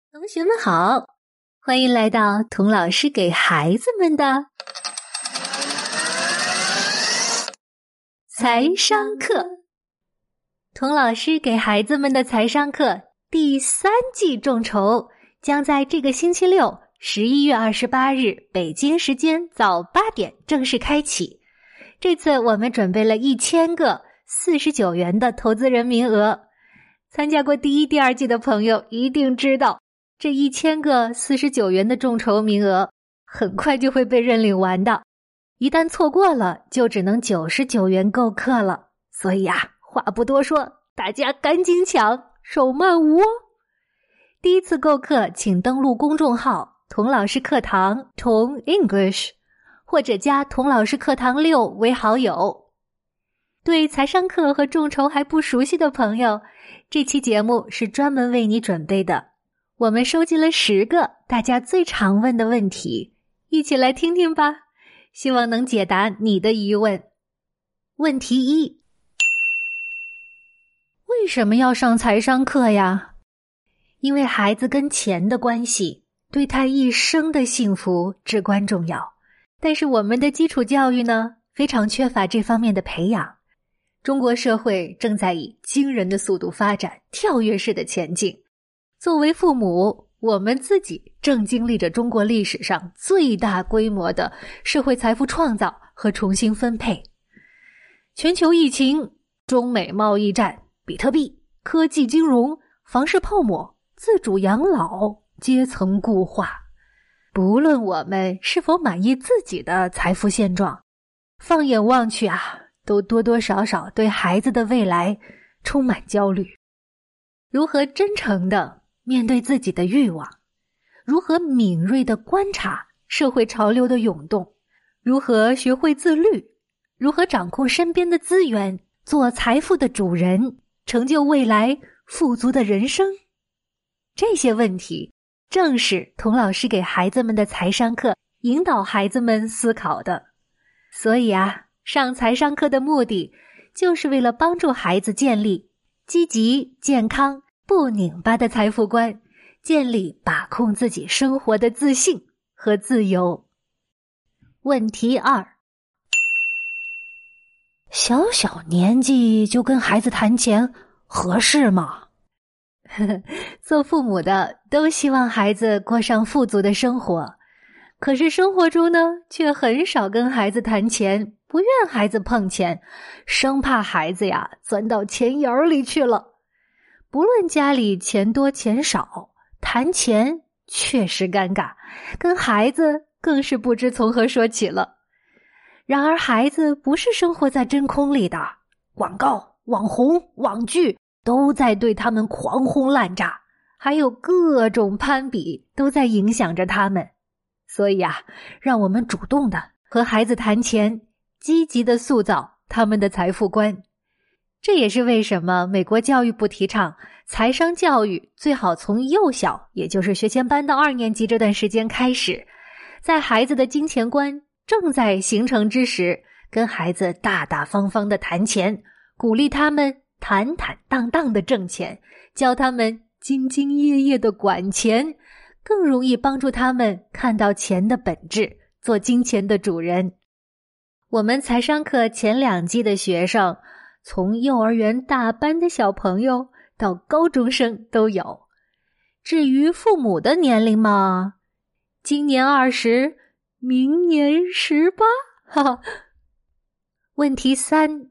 同学们好，欢迎来到童老师给孩子们的财商课。童老师给孩子们的财商课第3季众筹将在这个星期六11月28日北京时间早8点正式开启。这次我们准备了1000个49元的投资人名额。参加过第1、第2季的朋友一定知道，这1000个49元的众筹名额很快就会被认领完的，一旦错过了就只能99元购课了。所以话不多说，大家赶紧抢，手慢无哦。第一次购课请登录公众号童老师课堂童 English， 或者加童老师课堂6为好友。对财商课和众筹还不熟悉的朋友，这期节目是专门为你准备的。我们收集了10个大家最常问的问题，一起来听听吧，希望能解答你的疑问。问题1：为什么要上财商课呀？因为孩子跟钱的关系对他一生的幸福至关重要，但是我们的基础教育呢，非常缺乏这方面的培养。中国社会正在以惊人的速度发展，跳跃式的前进。作为父母，我们自己正经历着中国历史上最大规模的社会财富创造和重新分配。全球疫情、中美贸易战、比特币、科技金融、房市泡沫、自主养老、阶层固化。不论我们是否满意自己的财富现状，放眼望去都多多少少对孩子的未来充满焦虑。如何真诚地面对自己的欲望，如何敏锐地观察社会潮流的涌动，如何学会自律，如何掌控身边的资源，做财富的主人，成就未来富足的人生。这些问题正是童老师给孩子们的财商课引导孩子们思考的。所以上财商课的目的就是为了帮助孩子建立积极、健康、不拧巴的财富观，建立把控自己生活的自信和自由。问题2：小小年纪就跟孩子谈钱合适吗？做父母的都希望孩子过上富足的生活，可是生活中呢，却很少跟孩子谈钱，不愿孩子碰钱，生怕孩子钻到钱眼里去了。不论家里钱多钱少，谈钱确实尴尬，跟孩子更是不知从何说起了。然而孩子不是生活在真空里的，广告、网红、网剧都在对他们狂轰滥炸，还有各种攀比都在影响着他们。所以让我们主动的和孩子谈钱，积极的塑造他们的财富观。这也是为什么美国教育部提倡财商教育最好从幼小，也就是学前班到2年级这段时间开始，在孩子的金钱观正在形成之时，跟孩子大大方方的谈钱，鼓励他们坦坦荡荡的挣钱，教他们兢兢业业的管钱，更容易帮助他们看到钱的本质，做金钱的主人。我们财商课前2季的学生，从幼儿园大班的小朋友到高中生都有。至于父母的年龄嘛，今年20，明年18，哈哈。问题3：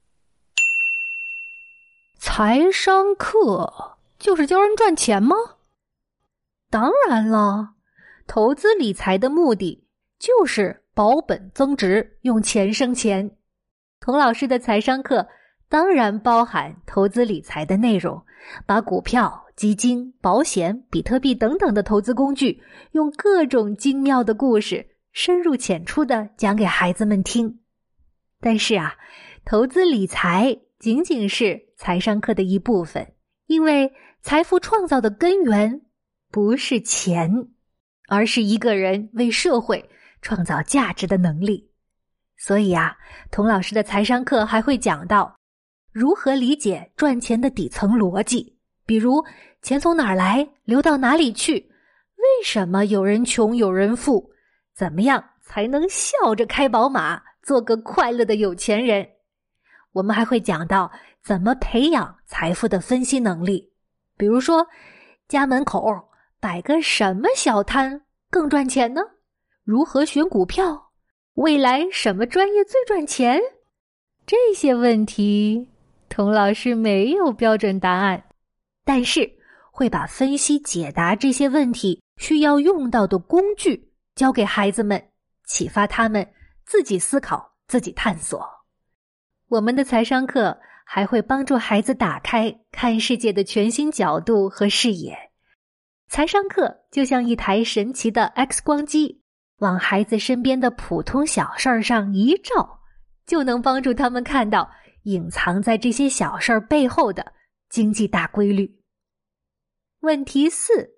财商课就是教人赚钱吗？当然了，投资理财的目的就是保本增值，用钱生钱。童老师的财商课当然包含投资理财的内容，把股票、基金、保险、比特币等等的投资工具，用各种精妙的故事，深入浅出地讲给孩子们听。但是投资理财仅仅是财商课的一部分，因为财富创造的根源不是钱，而是一个人为社会创造价值的能力。所以童老师的财商课还会讲到如何理解赚钱的底层逻辑，比如钱从哪儿来，流到哪里去， 什么有人穷有人富？怎么样才能笑着开宝马，做个快乐的有钱人？我们还会讲到怎么培养财富的分析能力，比如说家门口摆个什么小摊更赚钱呢？如何选股票？未来什么专业最赚钱？这些问题，童老师没有标准答案，但是会把分析解答这些问题需要用到的工具交给孩子们，启发他们自己思考、自己探索。我们的财商课还会帮助孩子打开看世界的全新角度和视野。财商课就像一台神奇的 X 光机，往孩子身边的普通小事儿上一照，就能帮助他们看到隐藏在这些小事儿背后的经济大规律。问题4，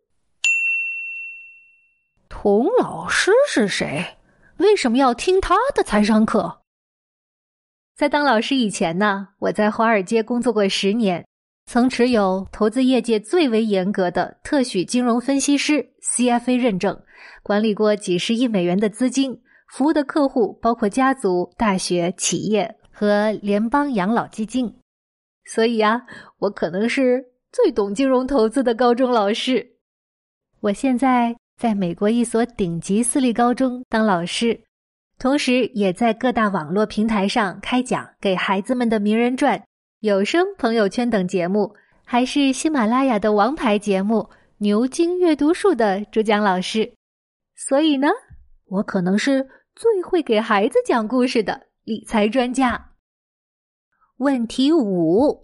童老师是谁？为什么要听他的财商课？在当老师以前呢，我在华尔街工作过10年，曾持有投资业界最为严格的特许金融分析师 CFA 认证，管理过几十亿美元的资金，服务的客户包括家族、大学、企业和联邦养老基金。所以啊，我可能是最懂金融投资的高中老师。我现在在美国一所顶级私立高中当老师，同时也在各大网络平台上开讲给孩子们的名人传、有声朋友圈等节目，还是喜马拉雅的王牌节目牛津阅读树的主讲老师。所以呢，我可能是最会给孩子讲故事的理财专家。问题5，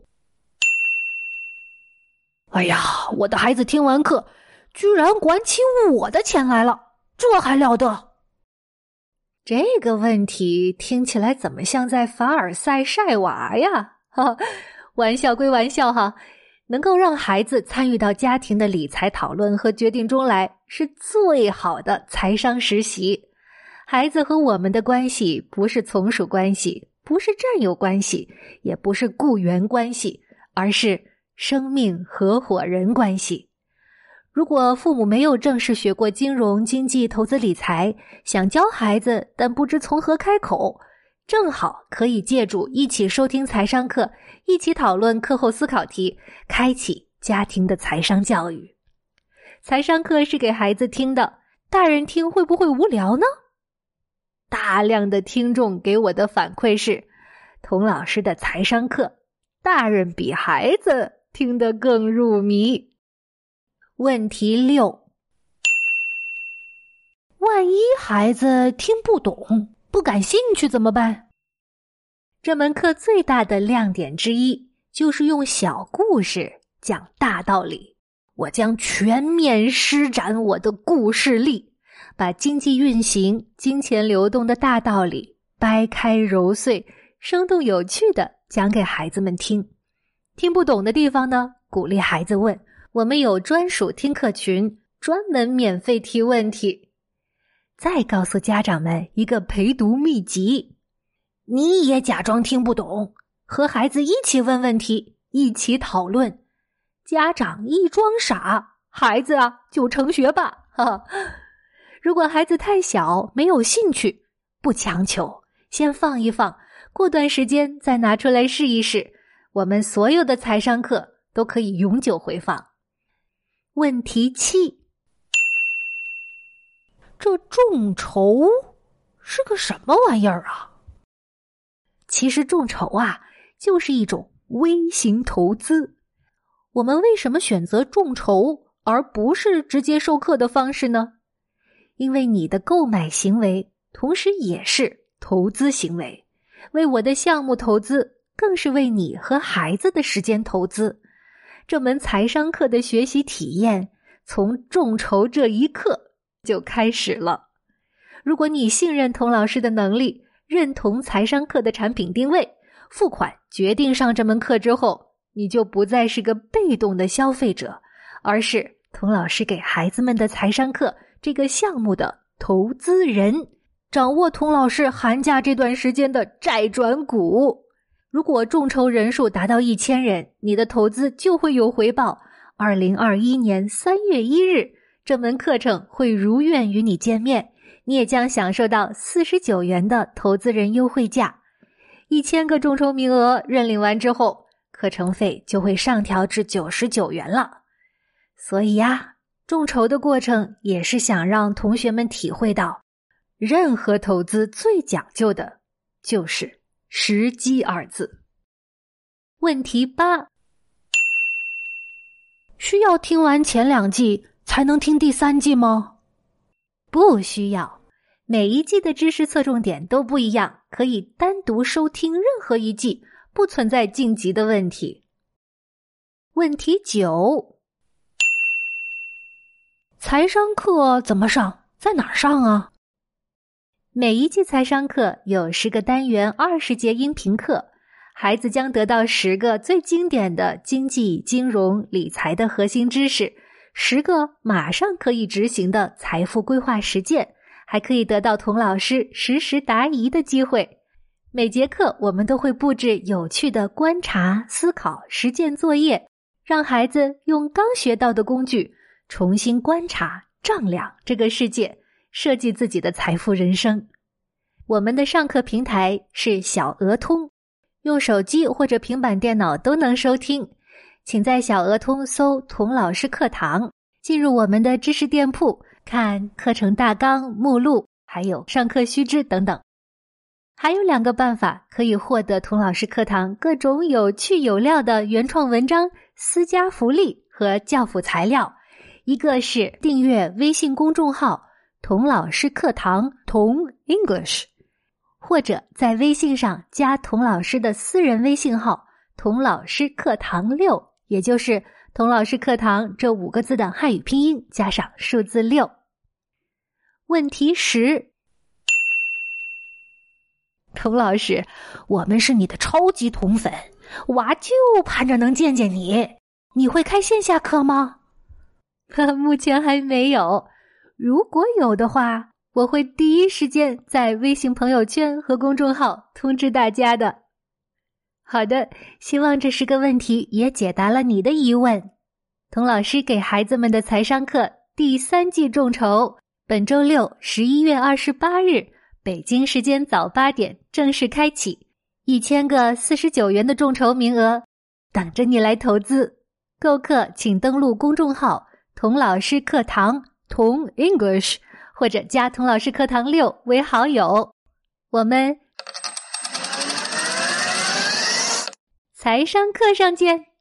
哎呀，我的孩子听完课居然管起我的钱来了，这还了得？这个问题听起来怎么像在凡尔赛晒娃呀？玩笑归玩笑哈，能够让孩子参与到家庭的理财讨论和决定中来，是最好的财商实习。孩子和我们的关系不是从属关系，不是战友关系，也不是雇员关系，而是生命合伙人关系。如果父母没有正式学过金融、经济、投资理财，想教孩子但不知从何开口，正好可以借助一起收听财商课，一起讨论课后思考题，开启家庭的财商教育。财商课是给孩子听的，大人听会不会无聊呢？大量的听众给我的反馈是，童老师的财商课，大人比孩子听得更入迷。问题6，万一孩子听不懂，不感兴趣怎么办？这门课最大的亮点之一，就是用小故事讲大道理。我将全面施展我的故事力，把经济运行、金钱流动的大道理掰开揉碎，生动有趣地讲给孩子们听。听不懂的地方呢，鼓励孩子问，我们有专属听课群，专门免费提问题。再告诉家长们一个陪读秘籍，你也假装听不懂，和孩子一起问问题，一起讨论。家长一装傻，孩子啊就成学霸。如果孩子太小，没有兴趣，不强求，先放一放，过段时间再拿出来试一试。我们所有的财商课都可以永久回放。问题7，这众筹是个什么玩意儿啊？其实众筹啊，就是一种微型投资。我们为什么选择众筹而不是直接授课的方式呢？因为你的购买行为同时也是投资行为，为我的项目投资，更是为你和孩子的时间投资。这门财商课的学习体验，从众筹这一刻就开始了。如果你信任童老师的能力，认同财商课的产品定位，付款决定上这门课之后，你就不再是个被动的消费者，而是童老师给孩子们的财商课这个项目的投资人，掌握童老师寒假这段时间的债转股。如果众筹人数达到1000人，你的投资就会有回报。2021年3月1日， 这门课程会如愿与你见面，你也将享受到49元的投资人优惠价。1000个众筹名额认领完之后，课程费就会上调至99元了。所以呀，众筹的过程也是想让同学们体会到，任何投资最讲究的就是时机二字。问题8，需要听完前2季才能听第3季吗？不需要，每一季的知识侧重点都不一样，可以单独收听任何一季，不存在晋级的问题。问题9，财商课怎么上？在哪儿上啊？每一季财商课有10个单元，20节音频课，孩子将得到10个最经典的经济、金融、理财的核心知识，10个马上可以执行的财富规划实践，还可以得到童老师实时答疑的机会。每节课我们都会布置有趣的观察、思考、实践作业，让孩子用刚学到的工具重新观察、丈量这个世界，设计自己的财富人生。我们的上课平台是小鹅通，用手机或者平板电脑都能收听。请在小鹅通搜童老师课堂，进入我们的知识店铺，看课程大纲、目录，还有上课须知等等。还有2个办法可以获得童老师课堂各种有趣有料的原创文章、私家福利和教辅材料。一个是订阅微信公众号童老师课堂童 English， 或者在微信上加童老师的私人微信号童老师课堂6，也就是童老师课堂这5个字的汉语拼音加上数字6。问题10，童老师，我们是你的超级童粉，娃就盼着能见见你，你会开线下课吗？目前还没有，如果有的话，我会第一时间在微信朋友圈和公众号通知大家的。好的，希望这10个问题也解答了你的疑问。童老师给孩子们的财商课第3季众筹，本周六11月28日，北京时间早8点正式开启，1000个49元的众筹名额，等着你来投资。购课请登录公众号童老师课堂童 English， 或者加童老师课堂6为好友。我们财商课上见。